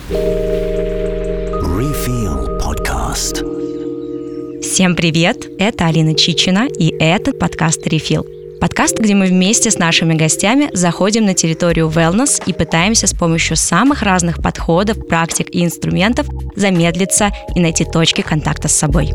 Refill Podcast. Всем привет! Это Алина Чичина, и это подкаст Refill. Подкаст, где мы вместе с нашими гостями заходим на территорию wellness и пытаемся с помощью самых разных подходов, практик и инструментов замедлиться и найти точки контакта с собой.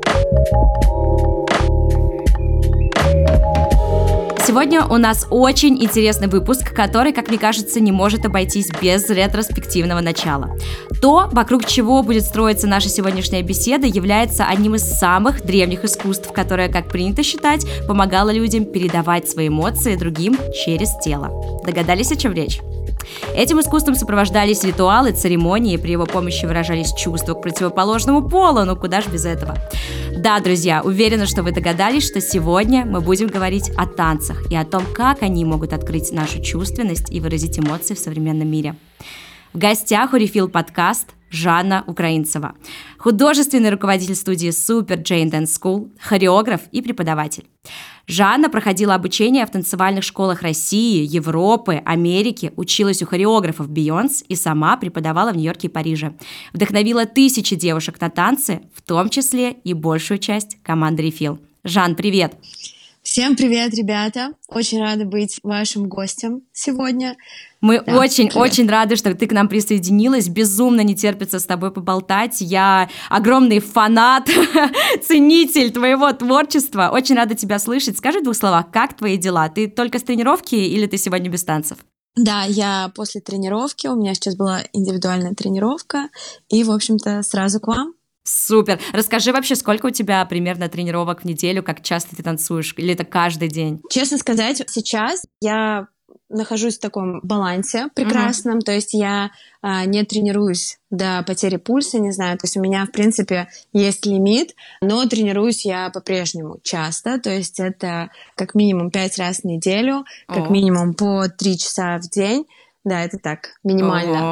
Сегодня у нас очень интересный выпуск, который, как мне кажется, не может обойтись без ретроспективного начала. То, вокруг чего будет строиться наша сегодняшняя беседа, является одним из самых древних искусств, которое, как принято считать, помогало людям передавать свои эмоции другим через тело. Догадались, о чем речь? Этим искусством сопровождались ритуалы, церемонии, при его помощи выражались чувства к противоположному полу, ну куда ж без этого. Да, друзья, уверена, что вы догадались, что сегодня мы будем говорить о танцах и о том, как они могут открыть нашу чувственность и выразить эмоции в современном мире. В гостях у Refill подкаст Жанна Украинцева, художественный руководитель студии Super Jane Dance School, хореограф и преподаватель. Жанна проходила обучение в танцевальных школах России, Европы, Америки, училась у хореографов Beyoncé и сама преподавала в Нью-Йорке и Париже. Вдохновила тысячи девушек на танцы, в том числе и большую часть команды Refill. Жан, привет! Всем привет, ребята! Очень рада быть вашим гостем сегодня. Мы очень рады, что ты к нам присоединилась. Безумно не терпится с тобой поболтать. Я огромный фанат, ценитель твоего творчества. Очень рада тебя слышать. Скажи в двух словах, как твои дела? Ты только с тренировки или ты сегодня без танцев? Да, я после тренировки. У меня сейчас была индивидуальная тренировка. И, в общем-то, сразу к вам. Супер. Расскажи вообще, сколько у тебя примерно тренировок в неделю, как часто ты танцуешь, или это каждый день? Честно сказать, сейчас я нахожусь в таком балансе прекрасном, то есть я не тренируюсь до потери пульса, не знаю, то есть у меня, в принципе, есть лимит, но тренируюсь я по-прежнему часто, то есть это как минимум 5 раз в неделю, как минимум по 3 часа в день, да, это так, минимально,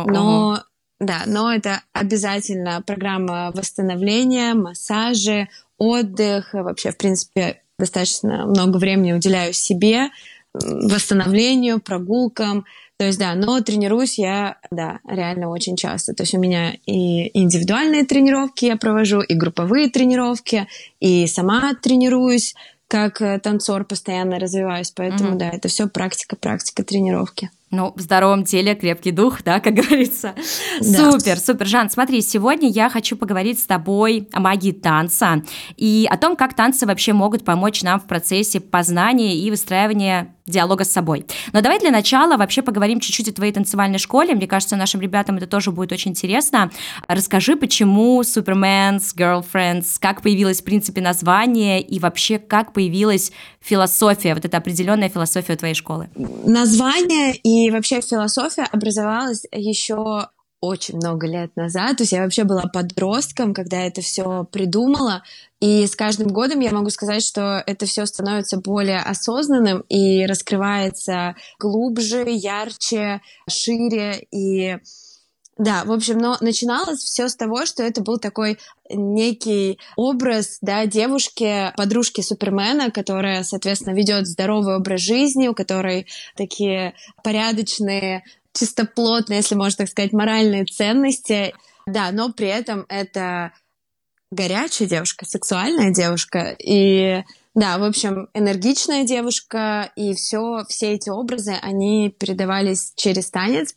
но это обязательно программа восстановления, массажи, отдых. Вообще, в принципе, достаточно много времени уделяю себе, восстановлению, прогулкам. То есть, да, но тренируюсь я, да, реально очень часто. То есть у меня и индивидуальные тренировки я провожу, и групповые тренировки, и сама тренируюсь, как танцор, постоянно развиваюсь. Поэтому, да, это все практика, тренировки. Ну, в здоровом теле крепкий дух, да, как говорится. Да. Супер. Жан, смотри, сегодня я хочу поговорить с тобой о магии танца и о том, как танцы вообще могут помочь нам в процессе познания и выстраивания диалога с собой. Но давай для начала вообще поговорим чуть-чуть о твоей танцевальной школе. Мне кажется, нашим ребятам это тоже будет очень интересно. Расскажи, почему Superman's Girlfriends, как появилось, в принципе, название и вообще как появилась философия, вот эта определенная философия у твоей школы. Название и вообще философия образовалась еще очень много лет назад. То есть я вообще была подростком, когда это все придумала. И с каждым годом я могу сказать, что это все становится более осознанным и раскрывается глубже, ярче, шире. И да, в общем, но начиналось все с того, что это был такой некий образ, да, девушки, подружки Супермена, которая, соответственно, ведет здоровый образ жизни, у которой такие порядочные, чистоплотные, если можно так сказать, моральные ценности, да, но при этом это горячая девушка, сексуальная девушка и, да, в общем, энергичная девушка, и все эти образы, они передаются через танец.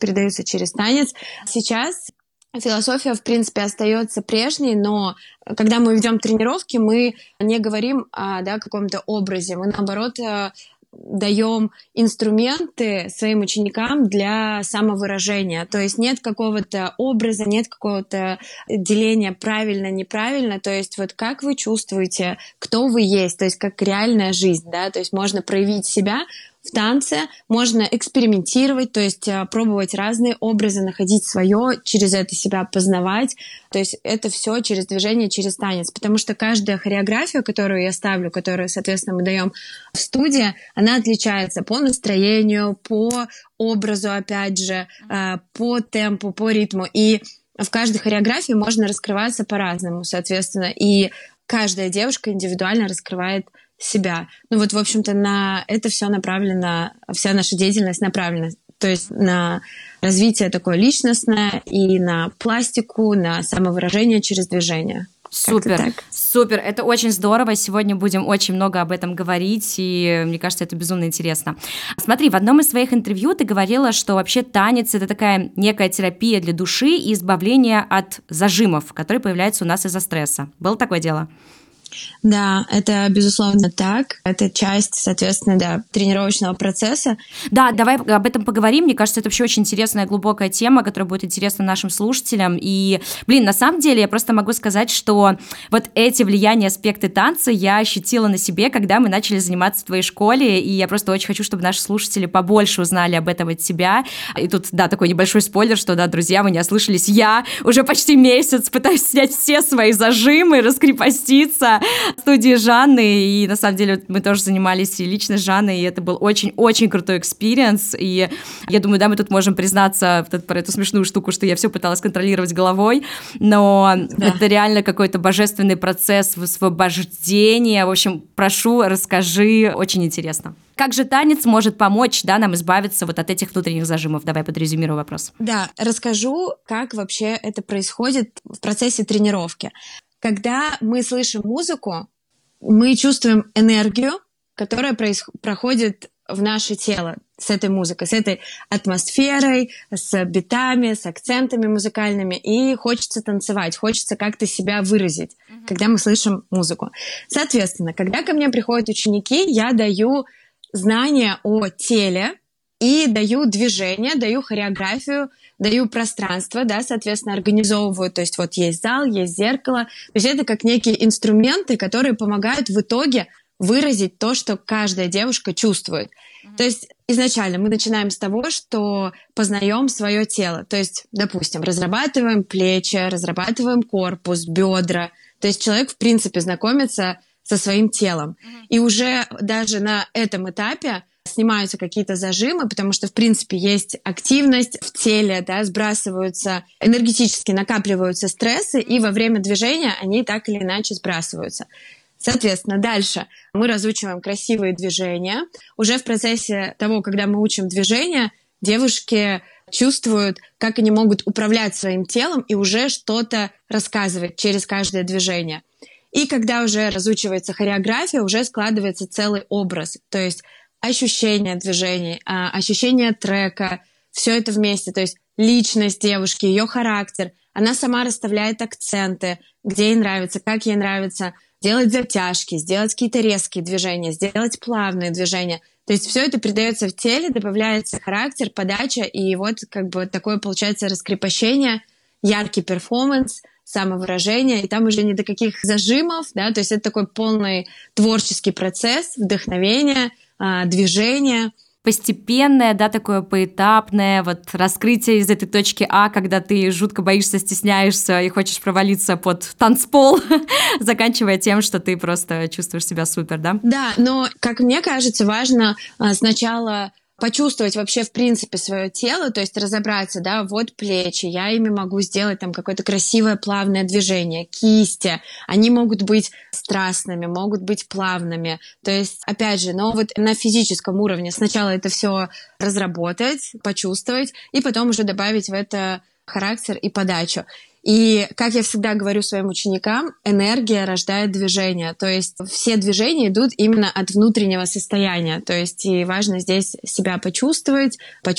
Сейчас философия, в принципе, остается прежней, но когда мы ведем тренировки, мы не говорим о, да, каком-то образе, мы, наоборот, даем инструменты своим ученикам для самовыражения. То есть нет какого-то образа, нет какого-то деления правильно-неправильно. То есть вот как вы чувствуете, кто вы есть, то есть как реальная жизнь, да, то есть можно проявить себя в танце, можно экспериментировать, то есть пробовать разные образы, находить свое, через это себя познавать. То есть это все через движение, через танец. Потому что каждая хореография, которую я ставлю, которую, соответственно, мы даем в студии, она отличается по настроению, по образу, опять же, по темпу, по ритму. И в каждой хореографии можно раскрываться по-разному, соответственно. И каждая девушка индивидуально раскрывает себя. Ну вот, в общем-то, на это все направлено, вся наша деятельность направлена. то есть на развитие такое личностное и на пластику, на самовыражение через движение. Супер, супер, это очень здорово, сегодня будем очень много об этом говорить, и мне кажется, это безумно интересно. Смотри, в одном из своих интервью ты говорила, что вообще танец — это такая некая терапия для души и избавление от зажимов, которые появляются у нас из-за стресса. Было такое дело? Да, это безусловно так. Это часть, соответственно, да, тренировочного процесса. Да, давай об этом поговорим. Мне кажется, это вообще очень интересная, глубокая тема, которая будет интересна нашим слушателям. И, на самом деле, я просто могу сказать, что вот эти влияния, аспекты танца я ощутила на себе, когда мы начали заниматься в твоей школе, и я просто очень хочу, чтобы наши слушатели побольше узнали об этом от тебя. И тут, да, такой небольшой спойлер, что, да, друзья, вы не ослышались, я уже почти месяц пытаюсь снять все свои зажимы, раскрепоститься в студии Жанны, и на самом деле мы тоже занимались и лично с Жанной, и это был очень-очень крутой экспириенс, и я думаю, да, мы тут можем признаться про эту смешную штуку, что я все пыталась контролировать головой, но это реально какой-то божественный процесс высвобождения. В общем, прошу, расскажи, очень интересно. Как же танец может помочь, да, нам избавиться вот от этих внутренних зажимов? Давай подрезюмирую вопрос. Да, расскажу, как вообще это происходит в процессе тренировки. Когда мы слышим музыку, мы чувствуем энергию, которая проходит в наше тело с этой музыкой, с этой атмосферой, с битами, с акцентами музыкальными, и хочется танцевать, хочется как-то себя выразить, когда мы слышим музыку. Соответственно, когда ко мне приходят ученики, я даю знания о теле и даю движение, даю хореографию, даю пространство, да, соответственно, организовываю, то есть вот есть зал, есть зеркало, то есть это как некие инструменты, которые помогают в итоге выразить то, что каждая девушка чувствует. То есть изначально мы начинаем с того, что познаем свое тело, то есть, допустим, разрабатываем плечи, разрабатываем корпус, бедра, то есть человек, в принципе, знакомится со своим телом. И уже даже на этом этапе снимаются какие-то зажимы, потому что, в принципе, есть активность в теле, да, сбрасываются, энергетически накапливаются стрессы, и во время движения они так или иначе сбрасываются. Соответственно, дальше мы разучиваем красивые движения. Уже в процессе того, когда мы учим движения, девушки чувствуют, как они могут управлять своим телом и уже что-то рассказывать через каждое движение. И когда уже разучивается хореография, уже складывается целый образ, то есть ощущение движений, ощущение трека, все это вместе, то есть личность девушки, ее характер, она сама расставляет акценты, где ей нравится, как ей нравится, делать затяжки, сделать какие-то резкие движения, сделать плавные движения. То есть все это придается в теле, добавляется характер, подача, и вот как бы такое получается раскрепощение, яркий перформанс, самовыражение, и там уже ни до каких зажимов, да, то есть это такой полный творческий процесс, вдохновение, движение. Постепенное, да, такое поэтапное, вот раскрытие из этой точки А, когда ты жутко боишься, стесняешься и хочешь провалиться под танцпол, заканчивая тем, что ты просто чувствуешь себя супер, да? Да, но, как мне кажется, важно сначала почувствовать вообще в принципе свое тело, то есть разобраться, да, вот плечи, я ими могу сделать там какое-то красивое плавное движение, кисти, они могут быть страстными, могут быть плавными, то есть, опять же, но вот на физическом уровне сначала это все разработать, почувствовать, и потом уже добавить в это характер и подачу. И, как я всегда говорю своим ученикам, энергия рождает движение. То есть все движения идут именно от внутреннего состояния. То есть и важно здесь себя почувствовать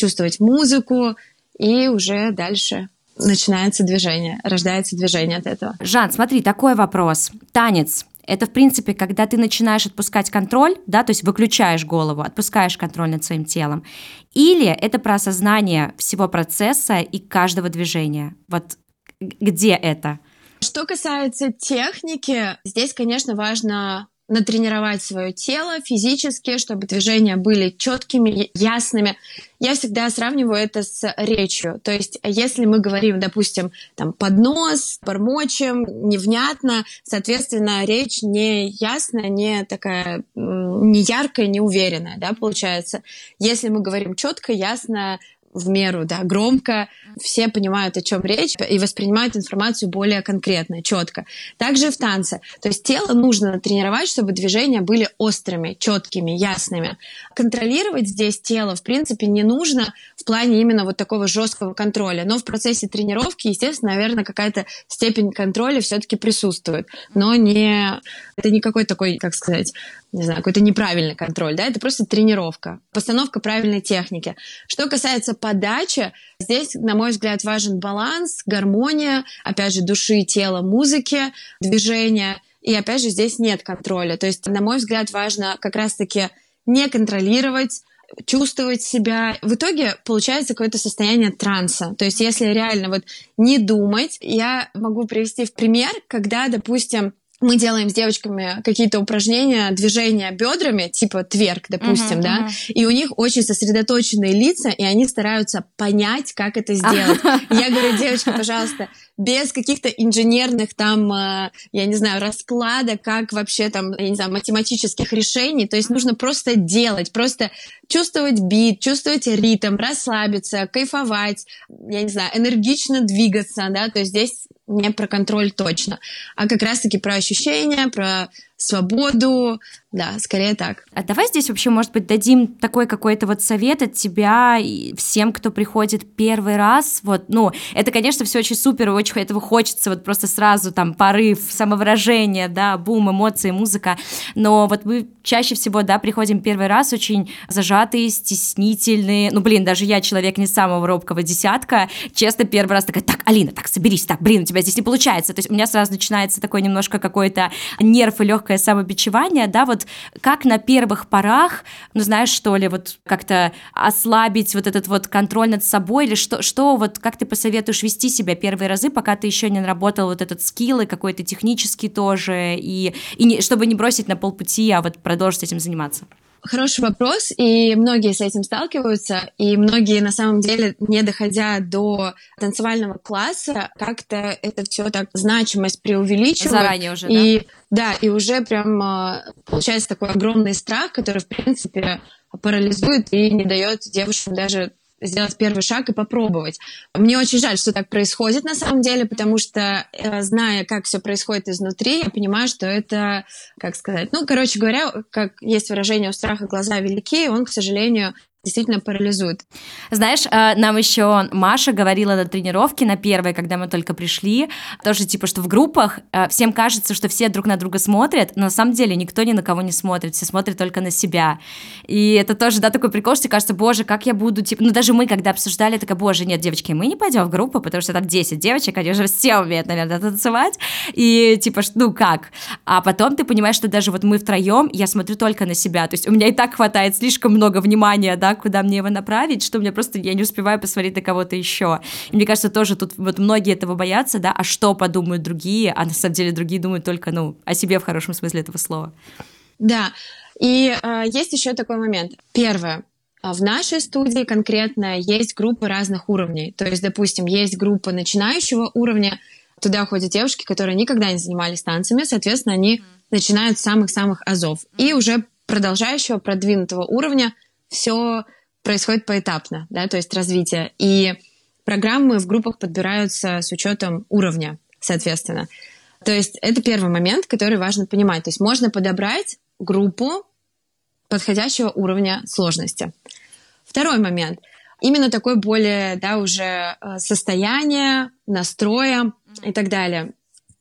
музыку, и уже дальше начинается движение, рождается движение от этого. Жан, смотри, такой вопрос. Танец. Это, в принципе, когда ты начинаешь отпускать контроль, да, то есть выключаешь голову, отпускаешь контроль над своим телом. Или это про осознание всего процесса и каждого движения. Вот где это? Что касается техники, здесь, конечно, важно натренировать свое тело физически, чтобы движения были четкими, ясными. Я всегда сравниваю это с речью. То есть, если мы говорим, допустим, там, под нос, бормочем, невнятно, соответственно, речь не ясная, не такая, не яркая, не уверенная, да, получается. Если мы говорим четко, ясно, в меру, да, громко, все понимают, о чем речь, и воспринимают информацию более конкретно, четко. Также и в танце. То есть тело нужно тренировать, чтобы движения были острыми, четкими, ясными. Контролировать здесь тело, в принципе, не нужно в плане именно вот такого жесткого контроля. Но в процессе тренировки, естественно, наверное, какая-то степень контроля все-таки присутствует. Но это не какой-то такой, как сказать, не знаю, какой-то неправильный контроль, да, это просто тренировка, постановка правильной техники. Что касается подачи, здесь, на мой взгляд, важен баланс, гармония, опять же, души, тела, музыки, движения, и, опять же, здесь нет контроля. То есть, на мой взгляд, важно как раз-таки не контролировать, чувствовать себя. В итоге получается какое-то состояние транса. То есть, если реально вот не думать, я могу привести в пример, когда, допустим, мы делаем с девочками какие-то упражнения, движения бедрами, типа тверк, допустим, да, и у них очень сосредоточенные лица, и они стараются понять, как это сделать. Я говорю, девочки, пожалуйста, без каких-то инженерных там, я не знаю, раскладок, как вообще там, я не знаю, математических решений, то есть нужно просто делать, просто чувствовать бит, чувствовать ритм, расслабиться, кайфовать, я не знаю, энергично двигаться, да, то есть здесь не про контроль точно, а как раз-таки про ощущения, про свободу, да, скорее так. А давай здесь вообще, может быть, дадим такой какой-то вот совет от тебя и всем, кто приходит первый раз, вот, ну, это, конечно, все очень супер, очень этого хочется, вот просто сразу там порыв, самовыражение, да, бум, эмоции, музыка, но вот мы чаще всего, да, приходим первый раз очень зажатые, стеснительные, ну, блин, даже я человек не самого робкого десятка, честно, первый раз такая, так, Алина, так, соберись, так, блин, у тебя здесь не получается, то есть у меня сразу начинается такой немножко какой-то нерв и легкое самобичевание, да, вот как на первых порах, ну, знаешь, что ли, вот как-то ослабить вот этот вот контроль над собой, или что вот, как ты посоветуешь вести себя первые разы, пока ты еще не наработал вот этот скилл и какой-то технический тоже, и чтобы не бросить на полпути, а вот продолжить этим заниматься? Хороший вопрос, и многие с этим сталкиваются, и многие, на самом деле, не доходя до танцевального класса, как-то это все так значимость преувеличивают. Заранее уже, да? Да, и уже прям получается такой огромный страх, который, в принципе, парализует и не дает девушкам даже сделать первый шаг и попробовать. Мне очень жаль, что так происходит на самом деле, потому что, зная, как все происходит изнутри, я понимаю, что это, как сказать, ну, короче говоря, как есть выражение «у страха глаза велики», он, к сожалению, действительно парализует. Знаешь, нам еще Маша говорила на тренировке, на первой, когда мы только пришли, тоже типа, что в группах всем кажется, что все друг на друга смотрят, но на самом деле никто ни на кого не смотрит, все смотрят только на себя. И это тоже, да, такой прикол, что кажется, боже, как я буду, типа, ну даже мы, когда обсуждали, такая, боже, нет, девочки, мы не пойдем в группу, потому что там 10 девочек, они уже все умеют, наверное, танцевать, и типа, ну как? А потом ты понимаешь, что даже вот мы втроем, я смотрю только на себя, то есть у меня и так хватает слишком много внимания, да, куда мне его направить, что мне просто, я не успеваю посмотреть на кого-то еще. И мне кажется, тоже тут вот многие этого боятся, да, а что подумают другие, а на самом деле другие думают только, ну, о себе в хорошем смысле этого слова. Да, и есть еще такой момент. Первое. В нашей студии конкретно есть группы разных уровней. То есть, допустим, есть группа начинающего уровня, туда ходят девушки, которые никогда не занимались танцами, соответственно, они начинают с самых-самых азов. И уже продолжающего, продвинутого уровня все происходит поэтапно, да, то есть развитие. И программы в группах подбираются с учетом уровня, соответственно. То есть это первый момент, который важно понимать. То есть можно подобрать группу подходящего уровня сложности. Второй момент. Именно такой более, да, уже состояние, настроя и так далее.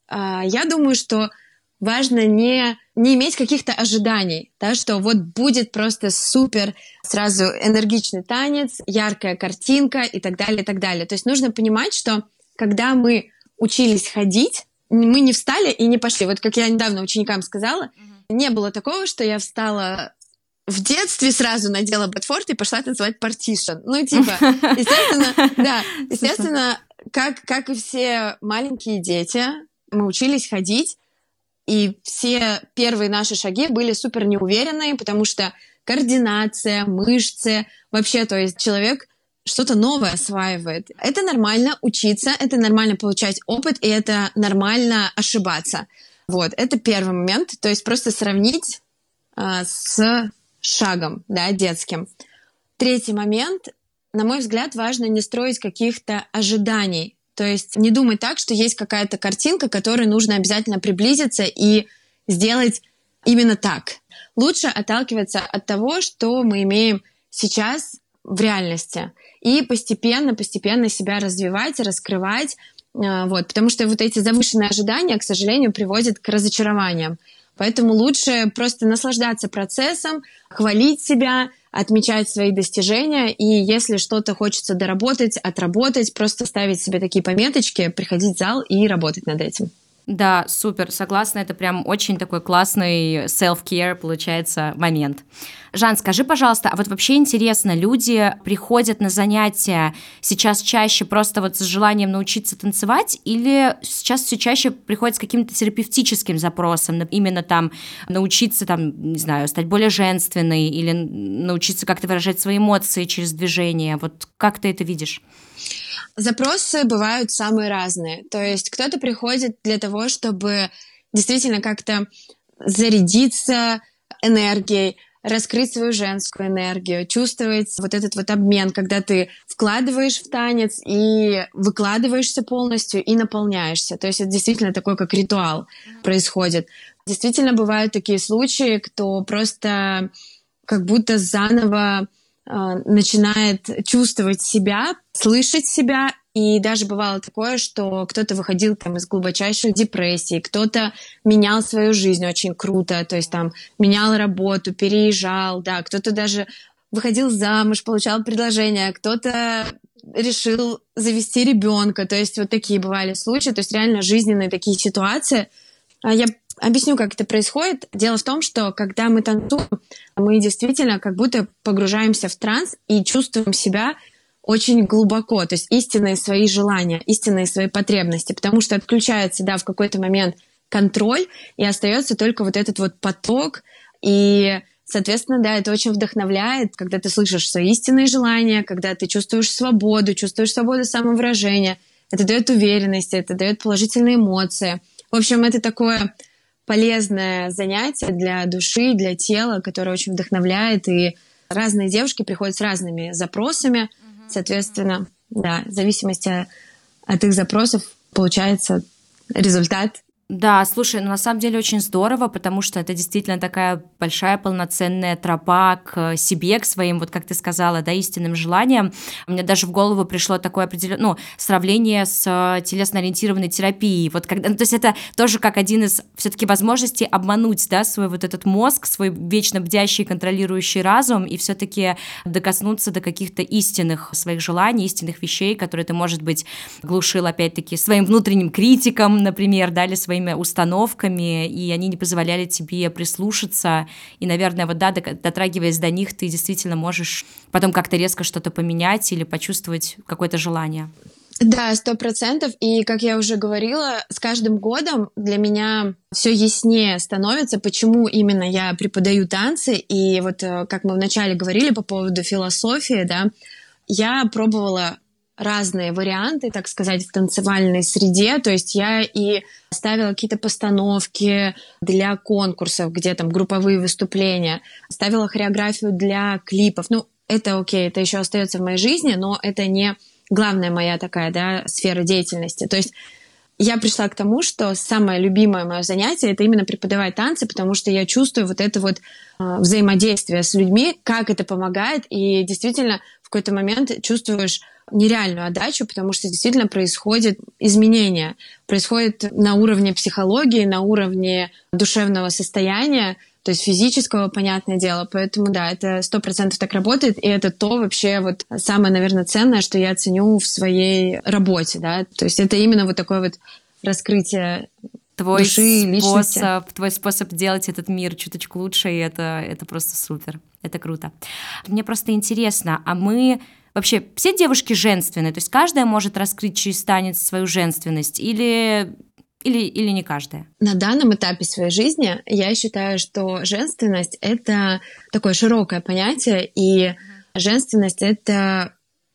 Я думаю, что важно не иметь каких-то ожиданий, да, что вот будет просто супер сразу энергичный танец, яркая картинка и так далее, и так далее. То есть нужно понимать, что когда мы учились ходить, мы не встали и не пошли. Вот как я недавно ученикам сказала, не было такого, что я встала в детстве, сразу надела ботфорт и пошла танцевать партишн. Ну, типа, естественно, да, естественно, как и все маленькие дети, мы учились ходить, и все первые наши шаги были супер неуверенные, потому что координация, мышцы, вообще, то есть человек что-то новое осваивает. Это нормально учиться, это нормально получать опыт, и это нормально ошибаться. Вот, это первый момент, то есть просто сравнить с шагом, да, детским. Третий момент, на мой взгляд, важно не строить каких-то ожиданий. То есть не думать так, что есть какая-то картинка, к которой нужно обязательно приблизиться и сделать именно так. Лучше отталкиваться от того, что мы имеем сейчас в реальности, и постепенно себя развивать, раскрывать, потому что вот эти завышенные ожидания, к сожалению, приводят к разочарованиям. Поэтому лучше просто наслаждаться процессом, хвалить себя, отмечать свои достижения, и если что-то хочется доработать, отработать, просто ставить себе такие пометочки, приходить в зал и работать над этим. Да, супер, согласна, это прям очень такой классный self-care, получается, момент. Жан, скажи, пожалуйста, а вот вообще интересно, люди приходят на занятия сейчас чаще просто вот с желанием научиться танцевать, или сейчас все чаще приходят с каким-то терапевтическим запросом, именно там научиться, там, не знаю, стать более женственной или научиться как-то выражать свои эмоции через движение? Вот как ты это видишь? Запросы бывают самые разные. То есть кто-то приходит для того, чтобы действительно как-то зарядиться энергией, раскрыть свою женскую энергию, чувствовать вот этот вот обмен, когда ты вкладываешь в танец и выкладываешься полностью и наполняешься. То есть это действительно такой, как ритуал происходит. Действительно бывают такие случаи, кто просто как будто заново начинает чувствовать себя, слышать себя. И даже бывало такое, что кто-то выходил там из глубочайших депрессий, кто-то менял свою жизнь очень круто, то есть там менял работу, переезжал, да, кто-то даже выходил замуж, получал предложение, кто-то решил завести ребенка, то есть вот такие бывали случаи, то есть реально жизненные такие ситуации. Я объясню, как это происходит. Дело в том, что когда мы танцуем, мы действительно как будто погружаемся в транс и чувствуем себя очень глубоко, то есть истинные свои желания, истинные свои потребности, потому что отключается, да, в какой-то момент контроль, и остается только вот этот вот поток, и, соответственно, да, это очень вдохновляет, когда ты слышишь свои истинные желания, когда ты чувствуешь свободу самовыражения, это дает уверенность, это дает положительные эмоции. В общем, это такое полезное занятие для души, для тела, которое очень вдохновляет, и разные девушки приходят с разными запросами, соответственно, да, в зависимости от их запросов получается результат. Да, слушай, на самом деле очень здорово, потому что это действительно такая большая полноценная тропа к себе, к своим, вот как ты сказала, да, истинным желаниям. Мне даже в голову пришло такое определенное, сравнение с телесно-ориентированной терапией. Вот когда, то есть это тоже как один из все-таки возможностей обмануть, да, свой вот этот мозг, свой вечно бдящий, контролирующий разум и все-таки докоснуться до каких-то истинных своих желаний, истинных вещей, которые ты, может быть, глушил, опять-таки, своим внутренним критиком, например, да, или своим установками, и они не позволяли тебе прислушаться, и, наверное, вот, да, дотрагиваясь до них, ты действительно можешь потом как-то резко что-то поменять или почувствовать какое-то желание. Да, 100%. И, как я уже говорила, с каждым годом для меня все яснее становится, почему именно я преподаю танцы. И вот, как мы вначале говорили по поводу философии, да, я пробовала разные варианты, так сказать, в танцевальной среде. То есть я и ставила какие-то постановки для конкурсов, где там групповые выступления, ставила хореографию для клипов. Ну, это окей, это еще остается в моей жизни, но это не главная моя такая, да, сфера деятельности. То есть я пришла к тому, что самое любимое мое занятие — это именно преподавать танцы, потому что я чувствую вот это вот взаимодействие с людьми, как это помогает, и действительно в какой-то момент чувствуешь нереальную отдачу, потому что действительно происходит изменение. Происходит на уровне психологии, на уровне душевного состояния, то есть физического, понятное дело. Поэтому, да, это 100% так работает, и это то вообще вот самое, наверное, ценное, что я ценю в своей работе, да. То есть это именно вот такое вот раскрытие души, личности. Твой способ делать этот мир чуточку лучше, и это просто супер. Это круто. Мне просто интересно, а мы... Вообще, все девушки женственные? То есть каждая может раскрыть через танец свою женственность или не каждая? На данном этапе своей жизни я считаю, что женственность — это такое широкое понятие, и женственность — это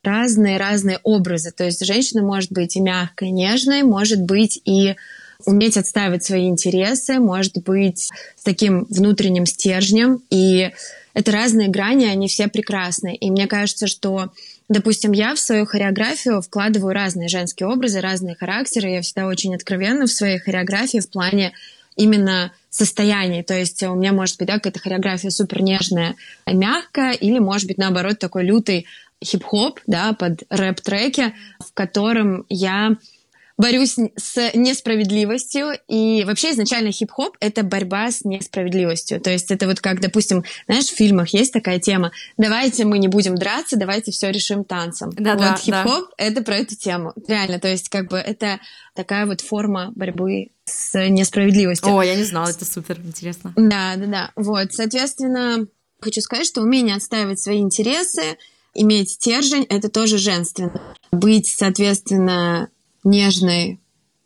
разные образы. То есть женщина может быть и мягкой, и нежной, может быть и уметь отстаивать свои интересы, может быть с таким внутренним стержнем, и это разные грани, они все прекрасны. И мне кажется, что допустим, я в свою хореографию вкладываю разные женские образы, разные характеры. Я всегда очень откровенна в своей хореографии в плане именно состояний. То есть у меня может быть, да, какая-то хореография супер нежная, мягкая, или может быть, наоборот, такой лютый хип-хоп, да, под рэп-треки, в котором я борюсь с несправедливостью. И вообще изначально хип-хоп — это борьба с несправедливостью. То есть это вот как, допустим, знаешь, в фильмах есть такая тема: давайте мы не будем драться, давайте все решим танцем. Вот хип-хоп — это про эту тему. Реально, то есть как бы это такая вот форма борьбы с несправедливостью. О, я не знала, это супер интересно. Да. Вот, соответственно, хочу сказать, что умение отстаивать свои интересы, иметь стержень — это тоже женственно. Быть, соответственно, нежной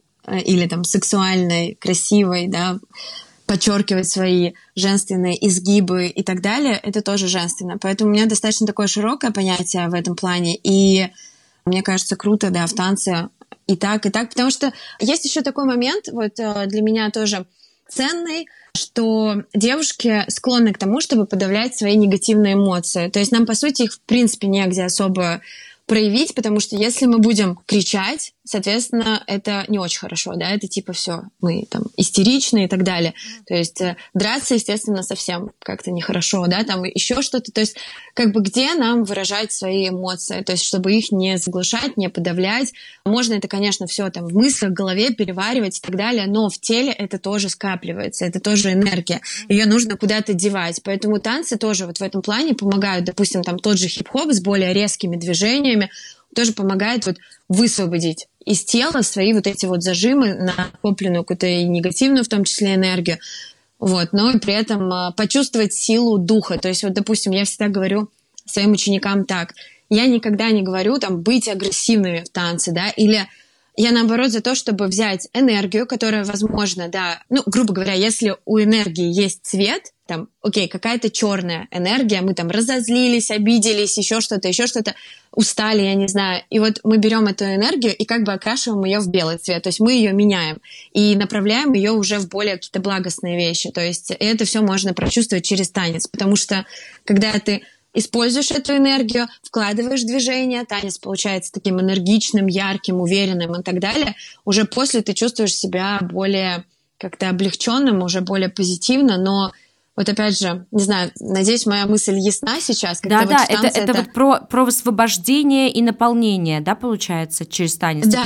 или там сексуальной, красивой, да, подчеркивать свои женственные изгибы и так далее, это тоже женственно. Поэтому у меня достаточно такое широкое понятие в этом плане, и мне кажется, круто, да, в танце и так, потому что есть еще такой момент, вот для меня тоже ценный, что девушки склонны к тому, чтобы подавлять свои негативные эмоции. То есть нам, по сути, их в принципе негде особо проявить, потому что если мы будем кричать, соответственно, это не очень хорошо, да, это типа все, мы там истеричны и так далее. То есть драться, естественно, совсем как-то нехорошо, да, там еще что-то. То есть как бы где нам выражать свои эмоции, то есть чтобы их не заглушать, не подавлять. Можно это, конечно, все там в мыслях, в голове переваривать и так далее, но в теле это тоже скапливается, это тоже энергия. Ее нужно куда-то девать. Поэтому танцы тоже вот в этом плане помогают. Допустим, там тот же хип-хоп с более резкими движениями тоже помогает вот высвободить из тела свои вот эти вот зажимы, накопленную какую-то и негативную, в том числе, энергию. Вот, но и при этом почувствовать силу духа. То есть вот, допустим, я всегда говорю своим ученикам так: я никогда не говорю там быть агрессивными в танце, да, или я, наоборот, за то, чтобы взять энергию, которая, возможно, да, ну, грубо говоря, если у энергии есть цвет, там, окей, какая-то черная энергия, мы там разозлились, обиделись, еще что-то, устали, я не знаю, и вот мы берем эту энергию и как бы окрашиваем ее в белый цвет, то есть мы ее меняем и направляем ее уже в более какие-то благостные вещи, то есть это все можно прочувствовать через танец, потому что когда ты используешь эту энергию, вкладываешь в движение, танец получается таким энергичным, ярким, уверенным и так далее. Уже после ты чувствуешь себя более как-то облегченным, уже более позитивно, но вот опять же, не знаю, надеюсь, моя мысль ясна сейчас. Да, вот это вот про высвобождение и наполнение, да, получается, через танец? Да.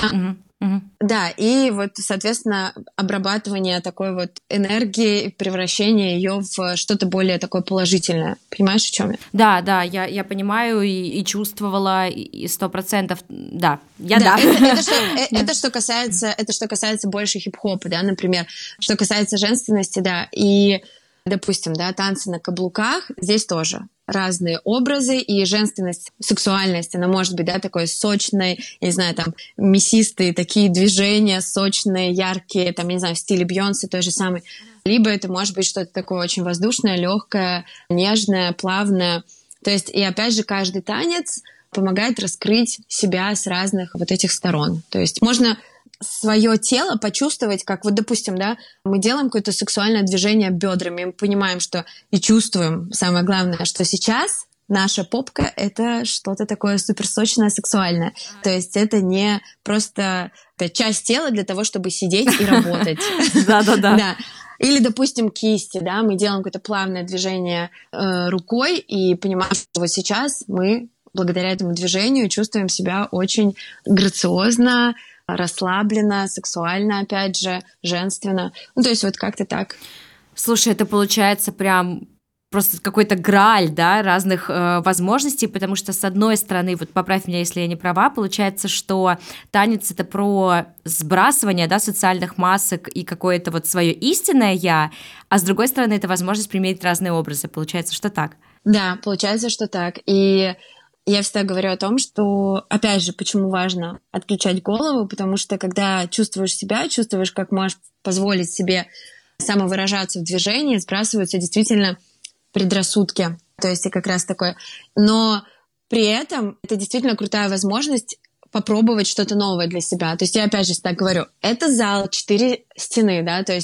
Да, и вот, соответственно, обрабатывание такой вот энергии, превращение ее в что-то более такое положительное. Понимаешь, о чем я? Да, я понимаю и чувствовала, и 100%, да. Это что касается больше хип-хопа, да, например. Что касается женственности, да, и, допустим, да, танцы на каблуках, здесь тоже разные образы, и женственность, сексуальность, она может быть, да, такой сочной, я не знаю, там, мясистые такие движения, сочные, яркие, там, я не знаю, в стиле Бейонсе той же самой. Либо это может быть что-то такое очень воздушное, легкое, нежное, плавное. То есть, и опять же, каждый танец помогает раскрыть себя с разных вот этих сторон. То есть можно свое тело почувствовать, как вот, допустим, да, мы делаем какое-то сексуальное движение бедрами, мы понимаем, что и чувствуем, самое главное, что сейчас наша попка — это что-то такое суперсочное, сексуальное. То есть это не просто часть тела для того, чтобы сидеть и работать. Да. Или, допустим, кисти, да, мы делаем какое-то плавное движение рукой и понимаем, что вот сейчас мы благодаря этому движению чувствуем себя очень грациозно, расслабленно, сексуально, опять же, женственно. Ну, то есть вот как-то так. Слушай, это получается прям просто какой-то грааль, да, разных возможностей, потому что, с одной стороны, вот поправь меня, если я не права, получается, что танец — это про сбрасывание, да, социальных масок и какое-то вот свое истинное «я», а с другой стороны, это возможность применить разные образы. Получается, что так? Да, получается, что так. И я всегда говорю о том, что, опять же, почему важно отключать голову, потому что когда чувствуешь себя, чувствуешь, как можешь позволить себе самовыражаться в движении, сбрасываются действительно предрассудки. То есть и как раз такое. Но при этом это действительно крутая возможность попробовать что-то новое для себя. То есть я опять же так говорю, это зал, 4 стены, да, то есть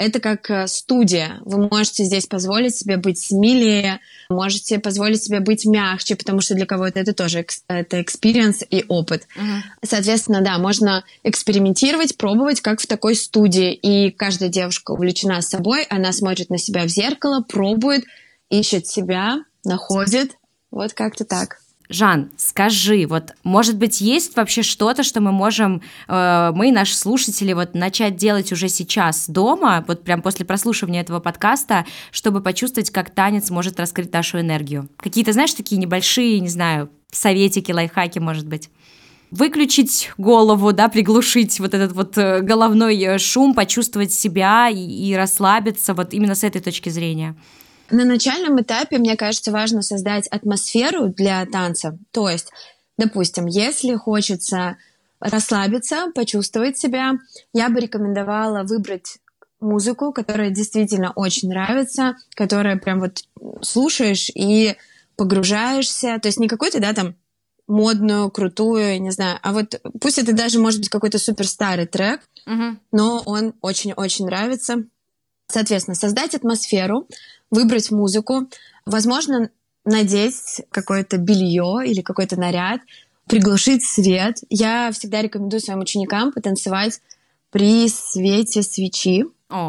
это как студия. Вы можете здесь позволить себе быть смелее, можете позволить себе быть мягче, потому что для кого-то это тоже это экспириенс и опыт. Соответственно, да, можно экспериментировать, пробовать, как в такой студии. И каждая девушка увлечена собой, она смотрит на себя в зеркало, пробует, ищет себя, находит. Вот как-то так. Жан, скажи, вот, может быть, есть вообще что-то, что мы можем, мы и наши слушатели, вот, начать делать уже сейчас дома, вот прям после прослушивания этого подкаста, чтобы почувствовать, как танец может раскрыть нашу энергию? Какие-то, знаешь, такие небольшие, не знаю, советики, лайфхаки, может быть? Выключить голову, да, приглушить вот этот вот головной шум, почувствовать себя и расслабиться, вот именно с этой точки зрения. На начальном этапе, мне кажется, важно создать атмосферу для танца. То есть, допустим, если хочется расслабиться, почувствовать себя, я бы рекомендовала выбрать музыку, которая действительно очень нравится, которая прям вот слушаешь и погружаешься. То есть не какой-то, да, там, модную, крутую, не знаю, а вот пусть это даже может быть какой-то супер старый трек, но он очень-очень нравится. Соответственно, создать атмосферу, выбрать музыку, возможно, надеть какое-то белье или какой-то наряд, приглушить свет. Я всегда рекомендую своим ученикам потанцевать при свете свечи.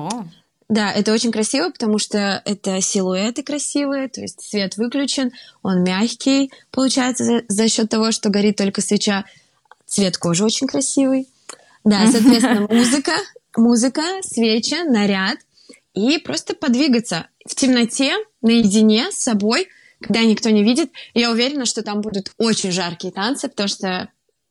Да, это очень красиво, потому что это силуэты красивые, то есть свет выключен, он мягкий, получается, за счет того, что горит только свеча. Цвет кожи очень красивый. Да, соответственно, музыка, свечи, наряд. И просто подвигаться в темноте, наедине с собой, когда никто не видит. Я уверена, что там будут очень жаркие танцы, потому что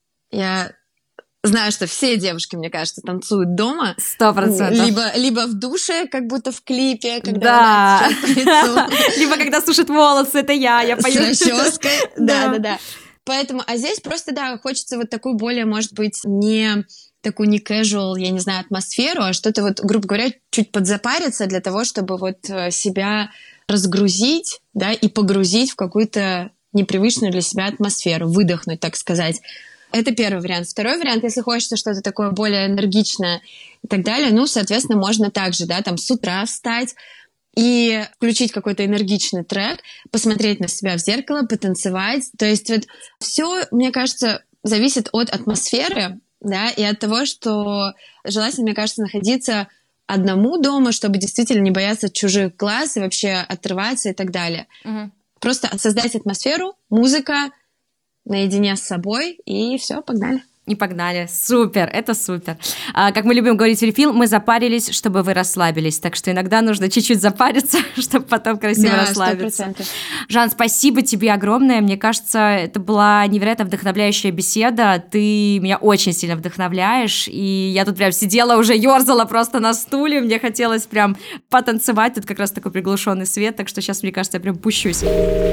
я знаю, что все девушки, мне кажется, танцуют дома. 100%. Либо в душе, как будто в клипе, когда да. по лицу. Либо когда сушат волосы, это я пою. С расческой. Да. Поэтому, а здесь просто, да, хочется вот такую более, может быть, не casual, я не знаю, атмосферу, а что-то вот, грубо говоря, чуть подзапариться для того, чтобы вот себя разгрузить, да, и погрузить в какую-то непривычную для себя атмосферу, выдохнуть, так сказать. Это первый вариант. Второй вариант, если хочется что-то такое более энергичное и так далее, ну, соответственно, можно также, да, там с утра встать и включить какой-то энергичный трек, посмотреть на себя в зеркало, потанцевать. То есть вот все, мне кажется, зависит от атмосферы, да, и от того, что желательно, мне кажется, находиться одному дома, чтобы действительно не бояться чужих глаз и вообще отрываться и так далее. Просто создать атмосферу, музыка, наедине с собой, и все, погнали. И погнали. Супер, это супер. Как мы любим говорить в Refill, мы запарились, чтобы вы расслабились. Так что иногда нужно чуть-чуть запариться, чтобы потом красиво расслабиться. 100%. Жан, спасибо тебе огромное. Мне кажется, это была невероятно вдохновляющая беседа. Ты меня очень сильно вдохновляешь. И я тут прям сидела, уже ерзала просто на стуле. Мне хотелось прям потанцевать. Тут как раз такой приглушенный свет. Так что сейчас, мне кажется, я прям пущусь.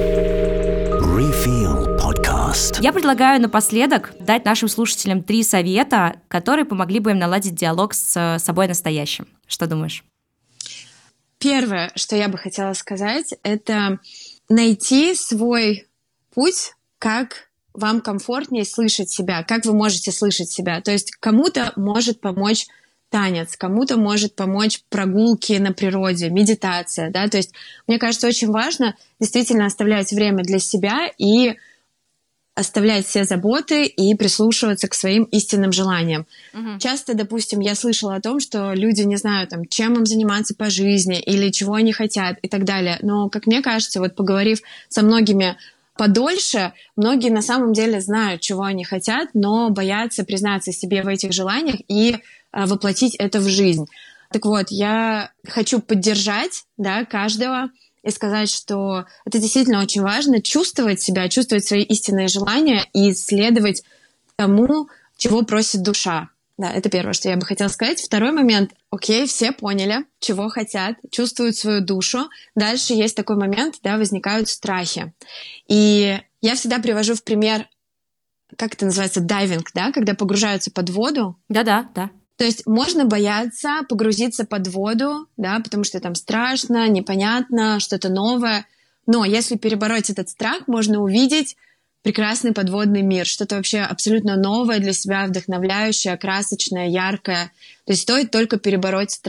Refill Podcast. Я предлагаю напоследок дать нашим слушателям 3 совета, которые помогли бы им наладить диалог с собой настоящим. Что думаешь? Первое, что я бы хотела сказать, это найти свой путь, как вам комфортнее слышать себя, как вы можете слышать себя. То есть кому-то может помочь танец, кому-то может помочь прогулки на природе, медитация, да, то есть мне кажется, очень важно действительно оставлять время для себя и оставлять все заботы и прислушиваться к своим истинным желаниям. Часто, допустим, я слышала о том, что люди не знают, там, чем им заниматься по жизни или чего они хотят и так далее, но, как мне кажется, вот поговорив со многими подольше, многие на самом деле знают, чего они хотят, но боятся признаться себе в этих желаниях и воплотить это в жизнь. Так вот, я хочу поддержать, да, каждого и сказать, что это действительно очень важно, чувствовать себя, чувствовать свои истинные желания и следовать тому, чего просит душа. Да, это первое, что я бы хотела сказать. Второй момент. Окей, все поняли, чего хотят, чувствуют свою душу. Дальше есть такой момент, да, возникают страхи. И я всегда привожу в пример, как это называется, дайвинг, да, когда погружаются под воду. Да. То есть можно бояться погрузиться под воду, да, потому что там страшно, непонятно, что-то новое. Но если перебороть этот страх, можно увидеть прекрасный подводный мир, что-то вообще абсолютно новое для себя, вдохновляющее, красочное, яркое. То есть стоит только перебороть страх.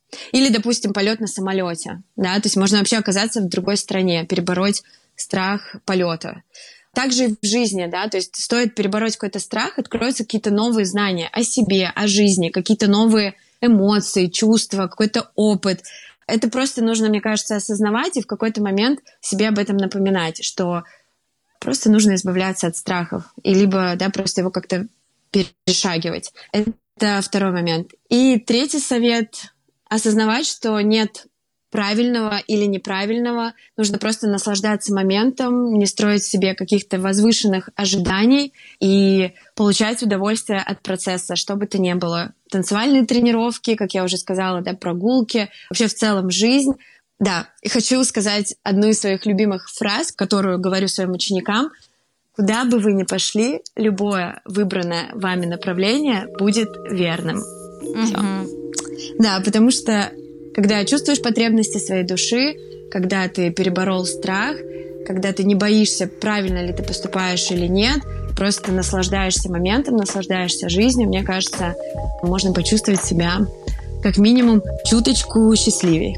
Или, допустим, полет на самолете, да, то есть можно вообще оказаться в другой стране, перебороть страх полета. Также и в жизни, да, то есть стоит перебороть какой-то страх, откроются какие-то новые знания о себе, о жизни, какие-то новые эмоции, чувства, какой-то опыт. Это просто нужно, мне кажется, осознавать и в какой-то момент себе об этом напоминать, что просто нужно избавляться от страхов, и либо, да, просто его как-то перешагивать. Это второй момент. И третий совет — осознавать, что нет правильного или неправильного. Нужно просто наслаждаться моментом, не строить себе каких-то возвышенных ожиданий и получать удовольствие от процесса, что бы то ни было. Танцевальные тренировки, как я уже сказала, да, прогулки, вообще в целом жизнь. Да, и хочу сказать одну из своих любимых фраз, которую говорю своим ученикам. Куда бы вы ни пошли, любое выбранное вами направление будет верным. Да, потому что когда чувствуешь потребности своей души, когда ты переборол страх, когда ты не боишься, правильно ли ты поступаешь или нет, просто наслаждаешься моментом, наслаждаешься жизнью, мне кажется, можно почувствовать себя как минимум чуточку счастливее.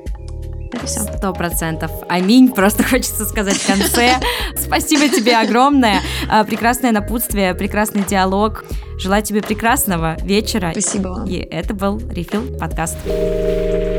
100%. Аминь, просто хочется сказать в конце. Спасибо тебе огромное. Прекрасное напутствие, прекрасный диалог. Желаю тебе прекрасного вечера. Спасибо вам. И это был Refill подкаст.